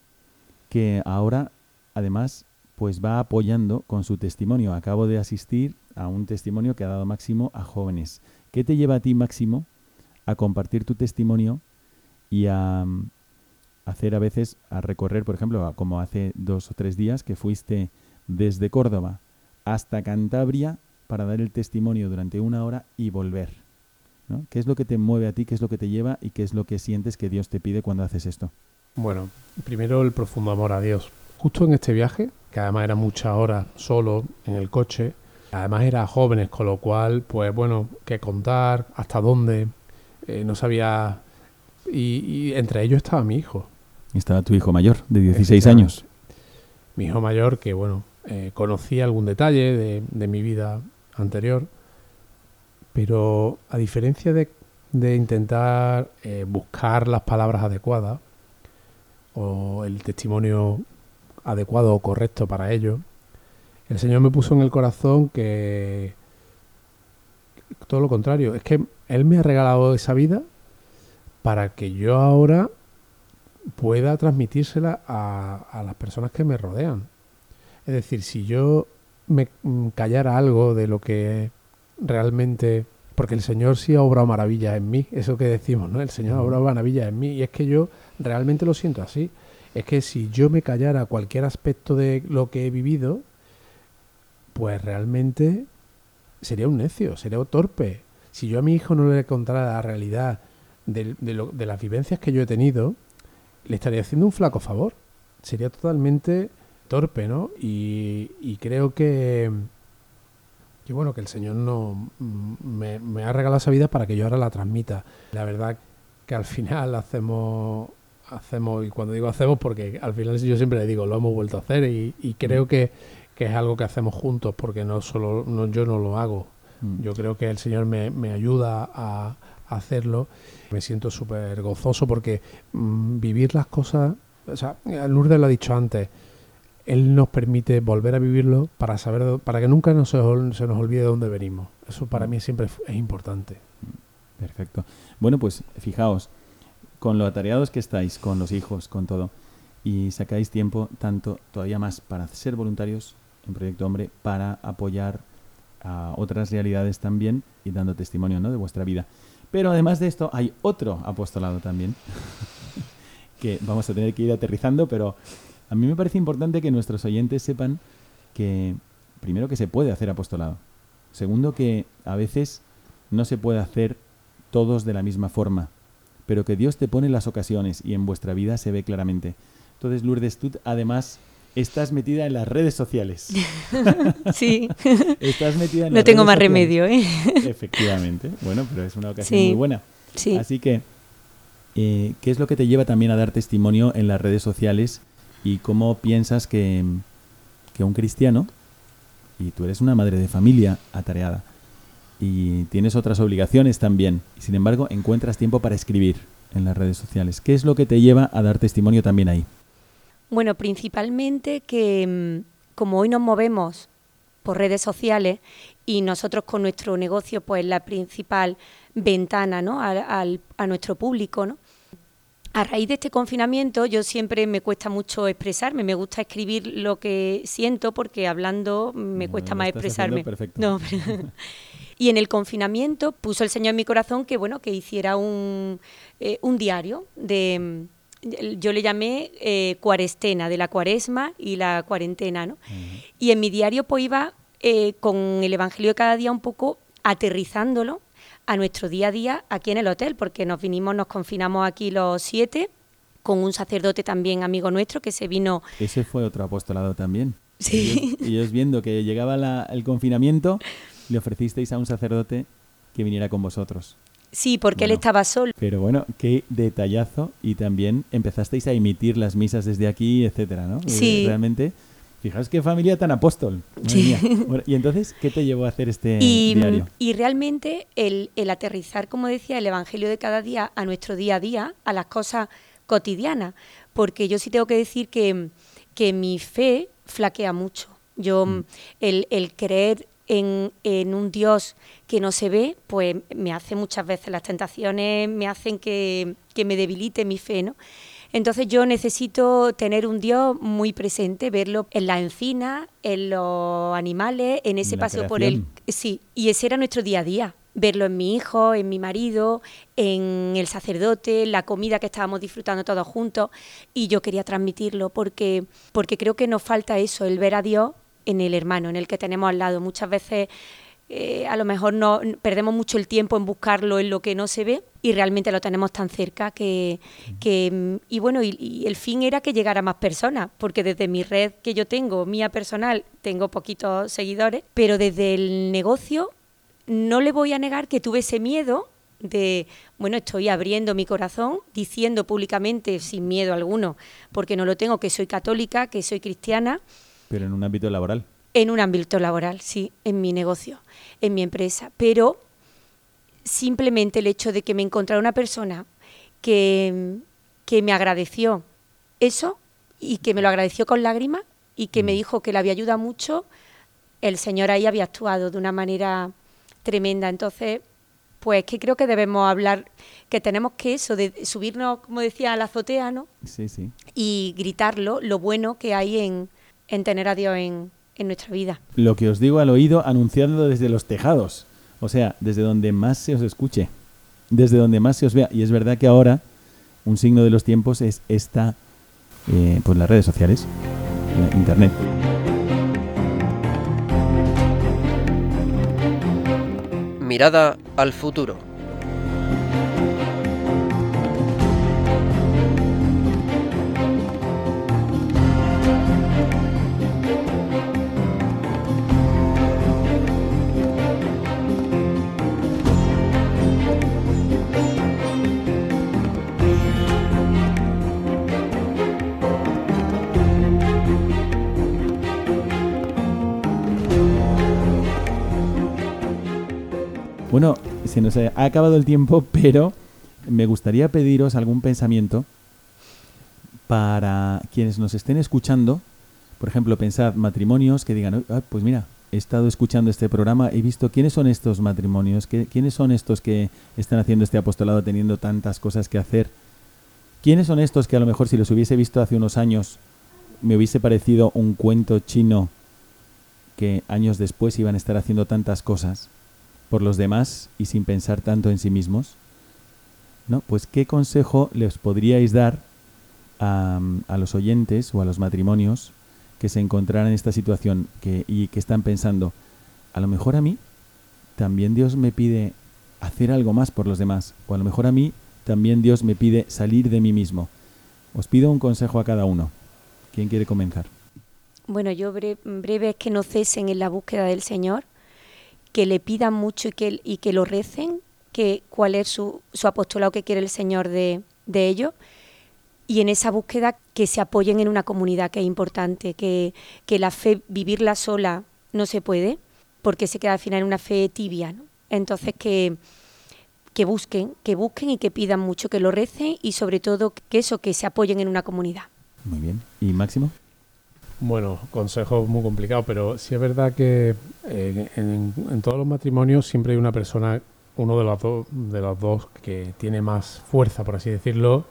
que ahora, además, pues va apoyando con su testimonio. Acabo de asistir a un testimonio que ha dado Máximo a jóvenes. ¿Qué te lleva a ti, Máximo, a compartir tu testimonio y a um, hacer a veces, a recorrer, por ejemplo, como hace dos o tres días que fuiste desde Córdoba hasta Cantabria para dar el testimonio durante una hora y volver, ¿no? ¿Qué es lo que te mueve a ti? ¿Qué es lo que te lleva? ¿Y qué es lo que sientes que Dios te pide cuando haces esto? Bueno, primero el profundo amor a Dios. Justo en este viaje, que además era muchas horas solo en el coche, además era jóvenes, con lo cual, pues bueno, qué contar, hasta dónde, eh, no sabía... Y, y entre ellos estaba mi hijo. Estaba tu hijo mayor, de dieciséis años. Mi hijo mayor, que bueno, eh, conocía algún detalle de, de mi vida anterior, pero a diferencia de, de intentar eh, buscar las palabras adecuadas o el testimonio adecuado o correcto para ello, el Señor me puso en el corazón que todo lo contrario, es que Él me ha regalado esa vida para que yo ahora pueda transmitírsela a, a las personas que me rodean. Es decir, si yo me callara algo de lo que realmente... Porque el Señor sí ha obrado maravillas en mí, eso que decimos, ¿no? El Señor ha obrado maravillas en mí, y es que yo realmente lo siento así. Es que si yo me callara cualquier aspecto de lo que he vivido, pues realmente sería un necio, sería un torpe. Si yo a mi hijo no le contara la realidad de, de, lo, de las vivencias que yo he tenido, le estaría haciendo un flaco favor. Sería totalmente torpe, ¿no? Y, y creo que, que, bueno, que el Señor no me, me ha regalado esa vida para que yo ahora la transmita. La verdad que al final hacemos... hacemos y cuando digo hacemos porque al final yo siempre le digo lo hemos vuelto a hacer y, y creo que, que es algo que hacemos juntos porque no solo no, yo no lo hago, mm. yo creo que el Señor me, me ayuda a, a hacerlo. Me siento súper gozoso porque mmm, vivir las cosas, o sea, Lourdes lo ha dicho antes, Él nos permite volver a vivirlo para saber, para que nunca nos, se nos olvide de dónde venimos. Eso para mí siempre es importante. Perfecto. Bueno, pues fijaos, con lo atareados que estáis, con los hijos, con todo, y sacáis tiempo tanto, todavía más, para ser voluntarios en Proyecto Hombre, para apoyar a otras realidades también y dando testimonio, ¿no?, de vuestra vida. Pero además de esto, hay otro apostolado también, que vamos a tener que ir aterrizando, pero a mí me parece importante que nuestros oyentes sepan que, primero, que se puede hacer apostolado. Segundo, que a veces no se puede hacer todos de la misma forma, pero que Dios te pone las ocasiones y en vuestra vida se ve claramente. Entonces, Lourdes, tú además estás metida en las redes sociales. Sí. Estás metida en no las tengo redes más sociales. remedio, ¿eh? Efectivamente. Bueno, pero es una ocasión sí. muy buena. Sí. Así que, eh, ¿qué es lo que te lleva también a dar testimonio en las redes sociales y cómo piensas que, que un cristiano, y tú eres una madre de familia atareada, y tienes otras obligaciones también, y sin embargo encuentras tiempo para escribir, en las redes sociales. ¿Qué es lo que te lleva a dar testimonio también ahí? Bueno, principalmente que como hoy nos movemos por redes sociales y nosotros con nuestro negocio, pues la principal ventana, ¿no?, a, a, a nuestro público, ¿no? A raíz de este confinamiento yo siempre me cuesta mucho expresarme, me gusta escribir lo que siento porque hablando me No, cuesta lo más estás expresarme. haciendo perfecto. No, pero y en el confinamiento puso el Señor en mi corazón que bueno que hiciera un, eh, un diario de, yo le llamé eh, cuarestena, de la cuaresma y la cuarentena, ¿no? Uh-huh. Y en mi diario pues iba eh, con el Evangelio de cada día un poco aterrizándolo a nuestro día a día aquí en el hotel, porque nos vinimos, nos confinamos aquí los siete, con un sacerdote también amigo nuestro que se vino. Ese fue otro apostolado también. Sí. Ellos, ellos viendo que llegaba la, el confinamiento, le ofrecisteis a un sacerdote que viniera con vosotros. Sí, porque bueno, él estaba solo. Pero bueno, qué detallazo. Y también empezasteis a emitir las misas desde aquí, etcétera, ¿no? Sí. Eh, realmente, fijaos qué familia tan apóstol. Sí. Bueno, y entonces, ¿qué te llevó a hacer este y, diario? Y realmente el, el aterrizar, como decía, el Evangelio de cada día a nuestro día a día, a las cosas cotidianas. Porque yo sí tengo que decir que, que mi fe flaquea mucho. Yo, mm. el, el creer En, en un Dios que no se ve, pues me hace muchas veces, las tentaciones me hacen que, que me debilite mi fe, ¿no? Entonces yo necesito tener un Dios muy presente, verlo en la encina, en los animales, en ese la paseo creación. por el... Sí, y ese era nuestro día a día, verlo en mi hijo, en mi marido, en el sacerdote, en la comida que estábamos disfrutando todos juntos, y yo quería transmitirlo porque, porque creo que nos falta eso, el ver a Dios en el hermano, en el que tenemos al lado. Muchas veces eh, a lo mejor no perdemos mucho el tiempo en buscarlo en lo que no se ve y realmente lo tenemos tan cerca que... que y bueno, y, y el fin era que llegara más personas, porque desde mi red que yo tengo, mía personal, tengo poquitos seguidores, pero desde el negocio no le voy a negar que tuve ese miedo de, bueno, estoy abriendo mi corazón, diciendo públicamente, sin miedo alguno, porque no lo tengo, que soy católica, que soy cristiana. Pero en un ámbito laboral. En un ámbito laboral, sí, en mi negocio, en mi empresa. Pero simplemente el hecho de que me encontrara una persona que, que me agradeció eso y que me lo agradeció con lágrimas y que mm. me dijo que le había ayudado mucho, el Señor ahí había actuado de una manera tremenda. Entonces, pues que creo que debemos hablar, que tenemos que eso, de subirnos, como decía, a la azotea, ¿no? Sí, sí. Y gritarlo, lo bueno que hay en... en tener a Dios en, en nuestra vida. Lo que os digo al oído, anunciadlo desde los tejados, o sea, desde donde más se os escuche, desde donde más se os vea. Y es verdad que ahora un signo de los tiempos es esta, eh, pues las redes sociales, la internet. Mirada al futuro. Bueno, se nos ha acabado el tiempo, pero me gustaría pediros algún pensamiento para quienes nos estén escuchando. Por ejemplo, pensad matrimonios que digan, ah, pues mira, he estado escuchando este programa, he visto quiénes son estos matrimonios, ¿Qué, quiénes son estos que están haciendo este apostolado teniendo tantas cosas que hacer. ¿Quiénes son estos que a lo mejor si los hubiese visto hace unos años me hubiese parecido un cuento chino que años después iban a estar haciendo tantas cosas por los demás y sin pensar tanto en sí mismos? ¿No? Pues ¿qué consejo les podríais dar a, a los oyentes o a los matrimonios que se encontraran en esta situación que, y que están pensando, a lo mejor a mí también Dios me pide hacer algo más por los demás, o a lo mejor a mí también Dios me pide salir de mí mismo? Os pido un consejo a cada uno. ¿Quién quiere comenzar? Bueno, yo bre- breve es que no cesen en la búsqueda del Señor, que le pidan mucho y que, y que lo recen, que cuál es su, su apostolado que quiere el Señor de, de ellos, y en esa búsqueda que se apoyen en una comunidad, que es importante, que, que la fe, vivirla sola no se puede, porque se queda al final en una fe tibia, ¿no? Entonces que que busquen, que busquen y que pidan mucho, que lo recen y sobre todo que eso, que se apoyen en una comunidad. Muy bien. ¿Y Máximo? Bueno, consejo muy complicado, pero sí es verdad que eh, en, en todos los matrimonios siempre hay una persona, uno de los, do, de los dos que tiene más fuerza, por así decirlo,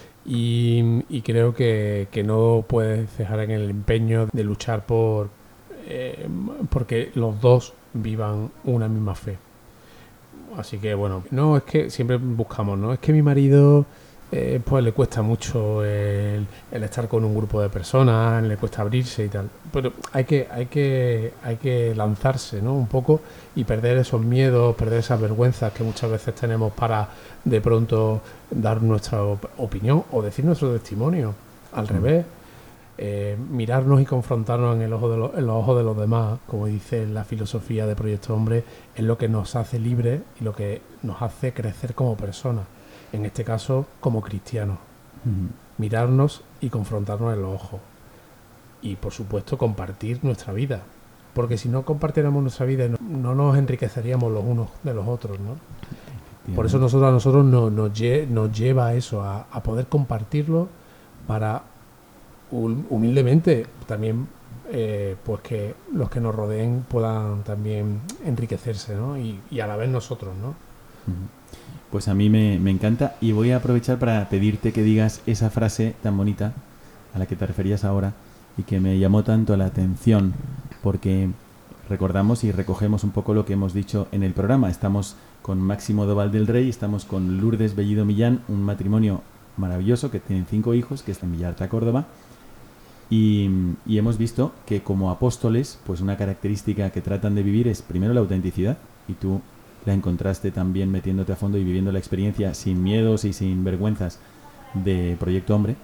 y, y creo que, que no puedes cejar en el empeño de luchar por eh, porque los dos vivan una misma fe. Así que bueno, no es que siempre buscamos, no es que mi marido eh, pues le cuesta mucho el, el estar con un grupo de personas, le cuesta abrirse y tal, pero hay que hay que hay que lanzarse, ¿no? Un poco y perder esos miedos, perder esas vergüenzas que muchas veces tenemos para de pronto dar nuestra op- opinión o decir nuestro testimonio. Al mm. revés, eh, mirarnos y confrontarnos en el ojo de lo, en los ojos de los demás, como dice la filosofía de Proyecto Hombre, es lo que nos hace libres y lo que nos hace crecer como personas. En este caso, como cristianos. Uh-huh. Mirarnos y confrontarnos en los ojos. Y, por supuesto, compartir nuestra vida. Porque si no compartiéramos nuestra vida, no, no nos enriqueceríamos los unos de los otros, ¿no? Bien. Por eso nosotros, a nosotros nos, nos, lle, nos lleva a eso, a, a poder compartirlo para, humildemente, también, eh, pues que los que nos rodeen puedan también enriquecerse, ¿no? Y, y a la vez nosotros, ¿no? Uh-huh. Pues a mí me, me encanta y voy a aprovechar para pedirte que digas esa frase tan bonita a la que te referías ahora y que me llamó tanto la atención porque recordamos y recogemos un poco lo que hemos dicho en el programa. Estamos con Máximo Doval del Rey, estamos con Lourdes Bellido Millán, un matrimonio maravilloso que tienen cinco hijos, que está en Villarta, Córdoba, y, y hemos visto que como apóstoles, pues una característica que tratan de vivir es primero la autenticidad, y tú la encontraste también metiéndote a fondo y viviendo la experiencia sin miedos y sin vergüenzas de Proyecto Hombre.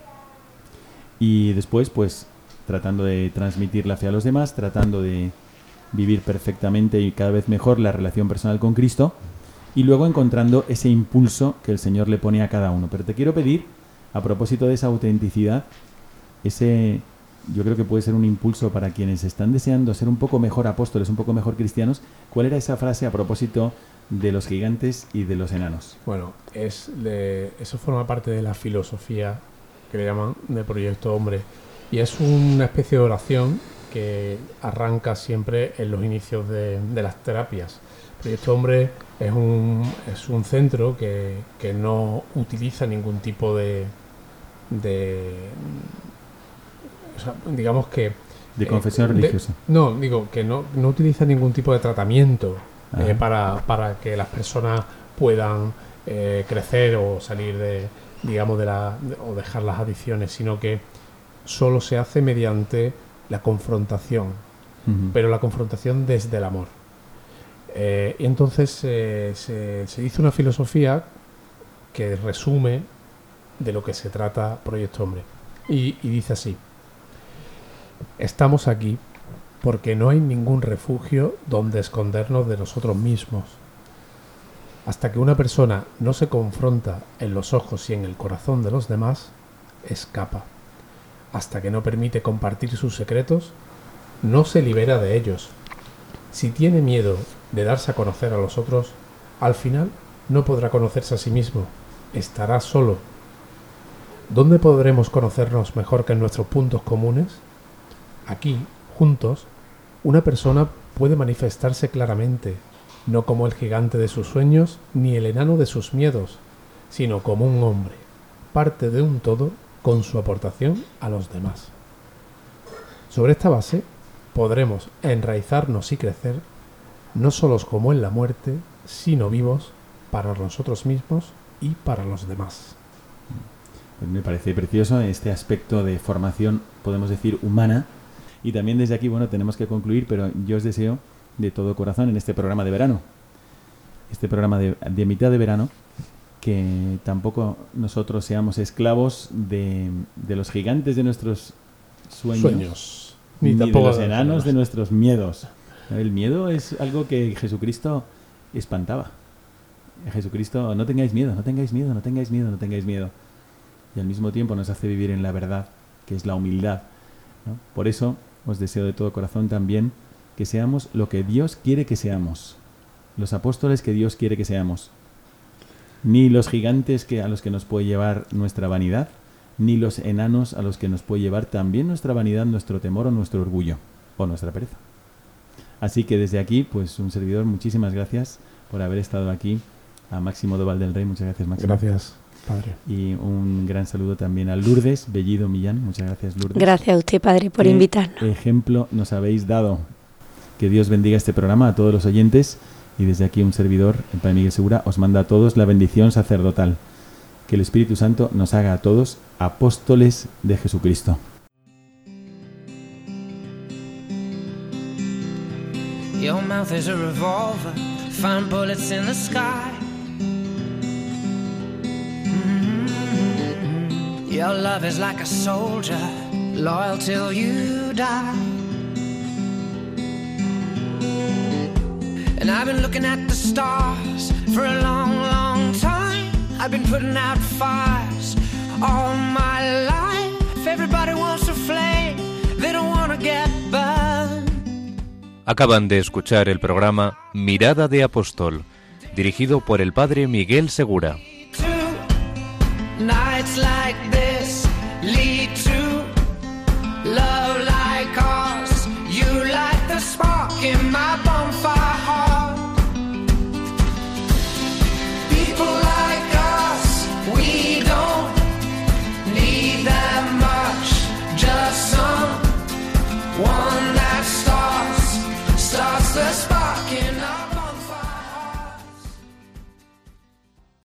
Y después, pues, tratando de transmitir la fe a los demás, tratando de vivir perfectamente y cada vez mejor la relación personal con Cristo, y luego encontrando ese impulso que el Señor le pone a cada uno. Pero te quiero pedir, a propósito de esa autenticidad, ese... yo creo que puede ser un impulso para quienes están deseando ser un poco mejor apóstoles, un poco mejor cristianos. ¿Cuál era esa frase a propósito de los gigantes y de los enanos? Bueno, es de, eso forma parte de la filosofía que le llaman de Proyecto Hombre. Y es una especie de oración que arranca siempre en los inicios de, de las terapias. Proyecto Hombre es un, es un centro que, que no utiliza ningún tipo de... de O sea, digamos que... ¿De confesión eh, religiosa? De, no, digo que no, no utiliza ningún tipo de tratamiento eh, para, para que las personas puedan eh, crecer o salir de, digamos, de la... De, o dejar las adicciones, sino que solo se hace mediante la confrontación, uh-huh. pero la confrontación desde el amor. Eh, y entonces eh, se, se hizo una filosofía que resume de lo que se trata Proyecto Hombre. Y, y dice así: estamos aquí porque no hay ningún refugio donde escondernos de nosotros mismos. Hasta que una persona no se confronta en los ojos y en el corazón de los demás, escapa. Hasta que no permite compartir sus secretos, no se libera de ellos. Si tiene miedo de darse a conocer a los otros, al final no podrá conocerse a sí mismo. Estará solo. ¿Dónde podremos conocernos mejor que en nuestros puntos comunes? Aquí, juntos, una persona puede manifestarse claramente, no como el gigante de sus sueños ni el enano de sus miedos, sino como un hombre, parte de un todo con su aportación a los demás. Sobre esta base, podremos enraizarnos y crecer, no solos como en la muerte, sino vivos para nosotros mismos y para los demás. Pues me parece precioso este aspecto de formación, podemos decir, humana. Y también desde aquí, bueno, tenemos que concluir, pero yo os deseo de todo corazón en este programa de verano, este programa de, de mitad de verano, que tampoco nosotros seamos esclavos de, de los gigantes de nuestros sueños, sueños. Ni, ni de los enanos de nuestros miedos. El miedo es algo que Jesucristo espantaba. Jesucristo, no tengáis miedo, no tengáis miedo, no tengáis miedo, no tengáis miedo. Y al mismo tiempo nos hace vivir en la verdad, que es la humildad, ¿no? Por eso os deseo de todo corazón también que seamos lo que Dios quiere que seamos, los apóstoles que Dios quiere que seamos. ni los gigantes que, a los que nos puede llevar nuestra vanidad, ni los enanos a los que nos puede llevar también nuestra vanidad, nuestro temor o nuestro orgullo, o nuestra pereza. Así que desde aquí, pues un servidor, muchísimas gracias por haber estado aquí. A Máximo Doval del Rey, muchas gracias, Máximo. Gracias, padre. Y un gran saludo también a Lourdes Bellido Millán. Muchas gracias, Lourdes. Gracias a usted, padre, por ¿Qué invitarnos. ejemplo nos habéis dado? Que Dios bendiga este programa a todos los oyentes. Y desde aquí un servidor, el Padre Miguel Segura, os manda a todos la bendición sacerdotal. Que el Espíritu Santo nos haga a todos apóstoles de Jesucristo. Your mouth is a revolver, find bullets in the sky. Mm-hmm. Your love is like a soldier, loyal till you die. And I've been looking at the stars for a long, long time. I've been putting out fires all my life. Everybody wants a flame, they don't want to get burned. Acaban de escuchar el programa Mirada de Apóstol, dirigido por el padre Miguel Segura. Two nights like this.